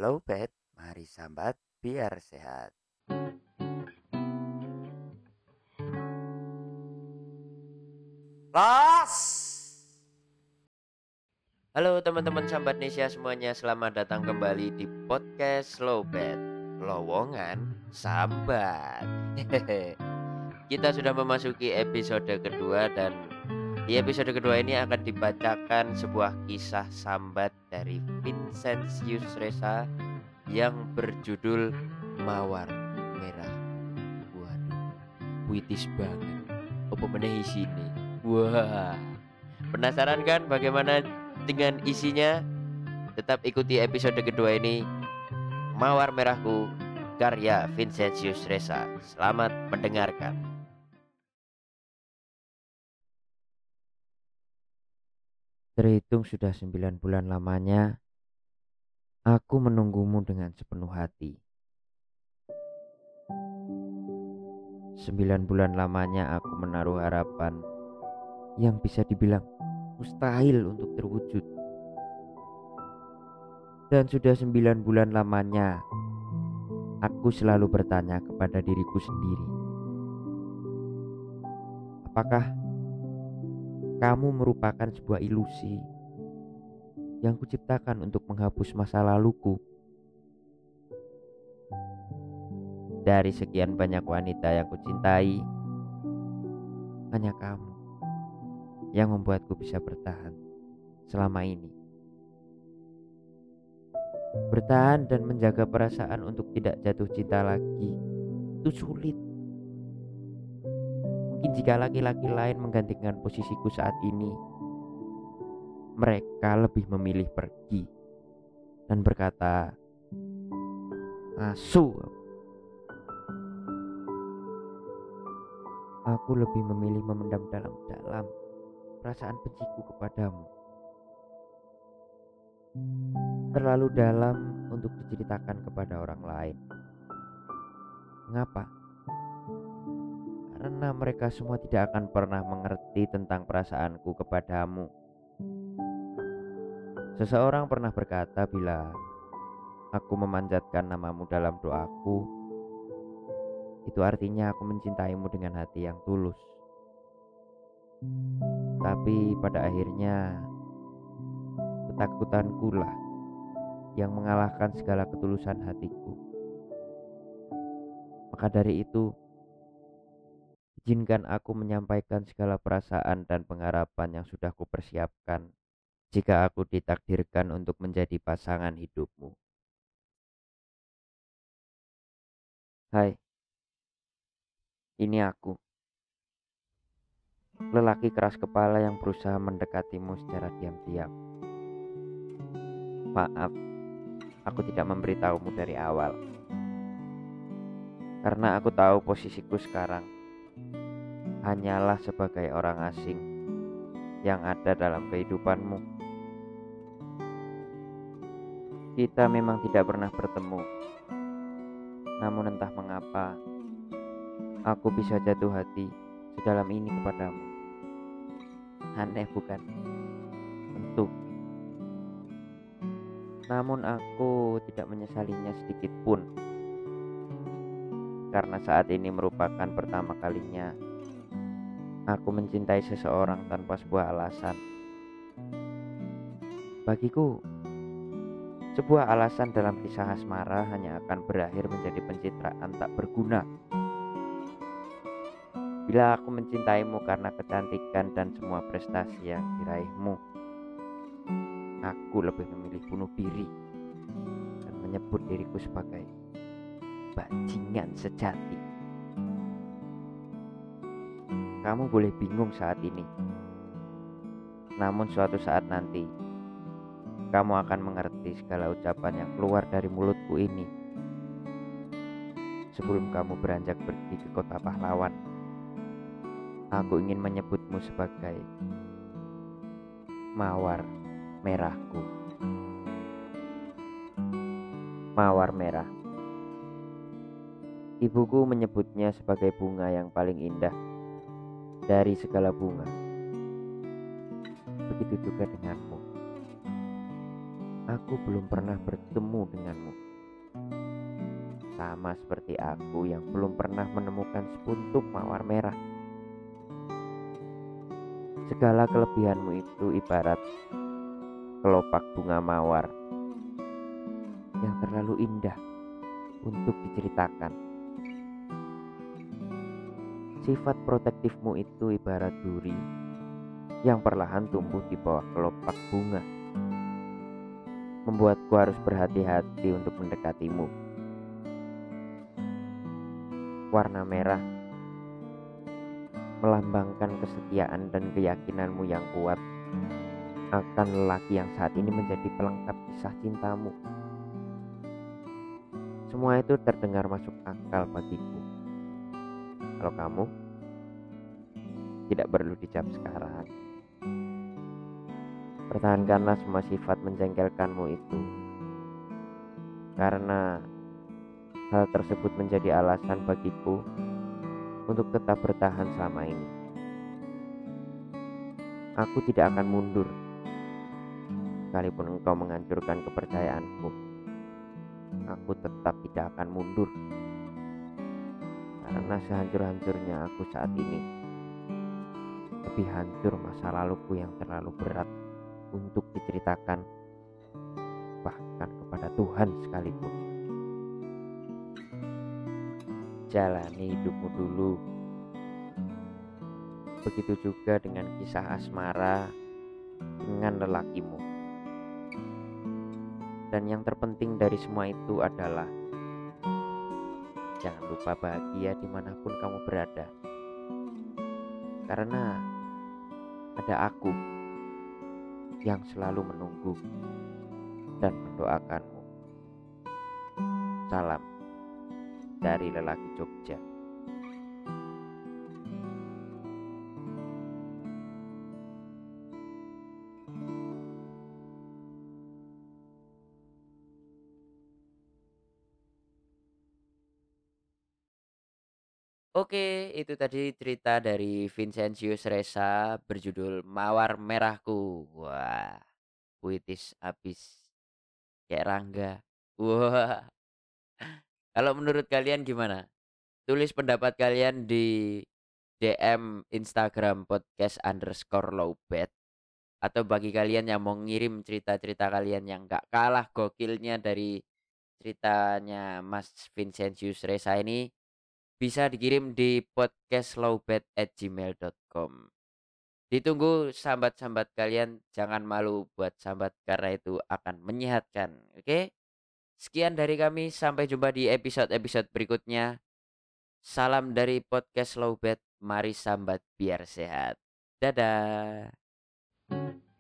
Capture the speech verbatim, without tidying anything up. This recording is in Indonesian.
Low Pet, mari sambat biar sehat. Los! Halo teman-teman sambat Nesia semuanya, selamat datang kembali di podcast Low Pet, lowongan sambat. Hehehe. Kita sudah memasuki episode kedua, dan di episode kedua ini akan dibacakan sebuah kisah sambat dari Vincentius Resa yang berjudul Mawar Merah. Waduh, puitis banget. Apa meneh isine? Wah, penasaran kan bagaimana dengan isinya? Tetap ikuti episode kedua ini, Mawar Merahku, karya Vincentius Resa. Selamat mendengarkan. Terhitung sudah sembilan bulan lamanya aku menunggumu dengan sepenuh hati. Sembilan bulan lamanya aku menaruh harapan yang bisa dibilang mustahil untuk terwujud. Dan sudah sembilan bulan lamanya aku selalu bertanya kepada diriku sendiri, apakah kamu merupakan sebuah ilusi yang kuciptakan untuk menghapus masa laluku? Dari sekian banyak wanita yang kucintai, hanya kamu yang membuatku bisa bertahan selama ini. Bertahan dan menjaga perasaan untuk tidak jatuh cinta lagi itu sulit. Mungkin jika laki-laki lain menggantikan posisiku saat ini, mereka lebih memilih pergi dan berkata, "Asu." Aku lebih memilih memendam dalam-dalam perasaan benciku kepadamu. Terlalu dalam untuk diceritakan kepada orang lain. Mengapa? Karena mereka semua tidak akan pernah mengerti tentang perasaanku kepadamu. Seseorang pernah berkata, bila aku memanjatkan namamu dalam doaku, itu artinya aku mencintaimu dengan hati yang tulus. Tapi pada akhirnya ketakutanku lah yang mengalahkan segala ketulusan hatiku. Maka dari itu, izinkan aku menyampaikan segala perasaan dan pengharapan yang sudah kupersiapkan jika aku ditakdirkan untuk menjadi pasangan hidupmu. Hai, ini aku, lelaki keras kepala yang berusaha mendekatimu secara diam-diam. Maaf, aku tidak memberitahumu dari awal, karena aku tahu posisiku sekarang hanyalah sebagai orang asing yang ada dalam kehidupanmu. Kita memang tidak pernah bertemu, namun entah mengapa aku bisa jatuh hati sedalam ini kepadamu. Aneh bukan? Tentu. Namun aku tidak menyesalinya sedikit pun, karena saat ini merupakan pertama kalinya aku mencintai seseorang tanpa sebuah alasan. Bagiku, sebuah alasan dalam kisah asmara hanya akan berakhir menjadi pencitraan tak berguna. Bila aku mencintaimu karena kecantikan dan semua prestasi yang diraihmu, aku lebih memilih bunuh diri dan menyebut diriku sebagai bajingan sejati. Kamu boleh bingung saat ini, namun suatu saat nanti kamu akan mengerti segala ucapan yang keluar dari mulutku ini. Sebelum kamu beranjak pergi ke kota pahlawan, aku ingin menyebutmu sebagai mawar merahku. Mawar merah. Ibuku menyebutnya sebagai bunga yang paling indah dari segala bunga. Begitu juga denganmu. aku belum pernah bertemu denganmu. Sama seperti aku yang belum pernah menemukan sepuntuk mawar merah. Segala kelebihanmu itu ibarat kelopak bunga mawar yang terlalu indah untuk diceritakan. Sifat protektifmu itu ibarat duri yang perlahan tumbuh di bawah kelopak bunga, membuatku harus berhati-hati untuk mendekatimu. Warna merah melambangkan kesetiaan dan keyakinanmu yang kuat akan lelaki yang saat ini menjadi pelengkap kisah cintamu. Semua itu terdengar masuk akal bagiku. Kalau kamu, tidak perlu dijawab sekarang. Pertahankanlah semua sifat menjengkelkanmu itu, karena hal tersebut menjadi alasan bagiku untuk tetap bertahan selama ini. Aku tidak akan mundur, sekalipun engkau menghancurkan kepercayaanku. Aku tetap tidak akan mundur, karena sehancur-hancurnya aku saat ini, lebih hancur masa laluku yang terlalu berat untuk diceritakan, bahkan kepada Tuhan sekalipun. Jalani hidupmu dulu. Begitu juga dengan kisah asmara dengan lelakimu. Dan yang terpenting dari semua itu adalah jangan lupa bahagia dimanapun kamu berada, karena ada aku yang selalu menunggu dan mendoakanmu. Salam dari lelaki Jogja. Oke, itu tadi cerita dari Vincentius Resa berjudul Mawar Merahku. Wah, puitis abis kayak Rangga. Wah, kalau menurut kalian gimana? Tulis pendapat kalian di D M Instagram podcast underscore lowbat. Atau bagi kalian yang mau ngirim cerita-cerita kalian yang gak kalah gokilnya dari ceritanya Mas Vincentius Resa ini, bisa dikirim di podcast lowbat at gmail dot com. Ditunggu sambat-sambat kalian, jangan malu buat sambat karena itu akan menyehatkan. Oke? Sekian dari kami, sampai jumpa di episode-episode berikutnya. Salam dari podcast lowbat, mari sambat biar sehat. Dadah.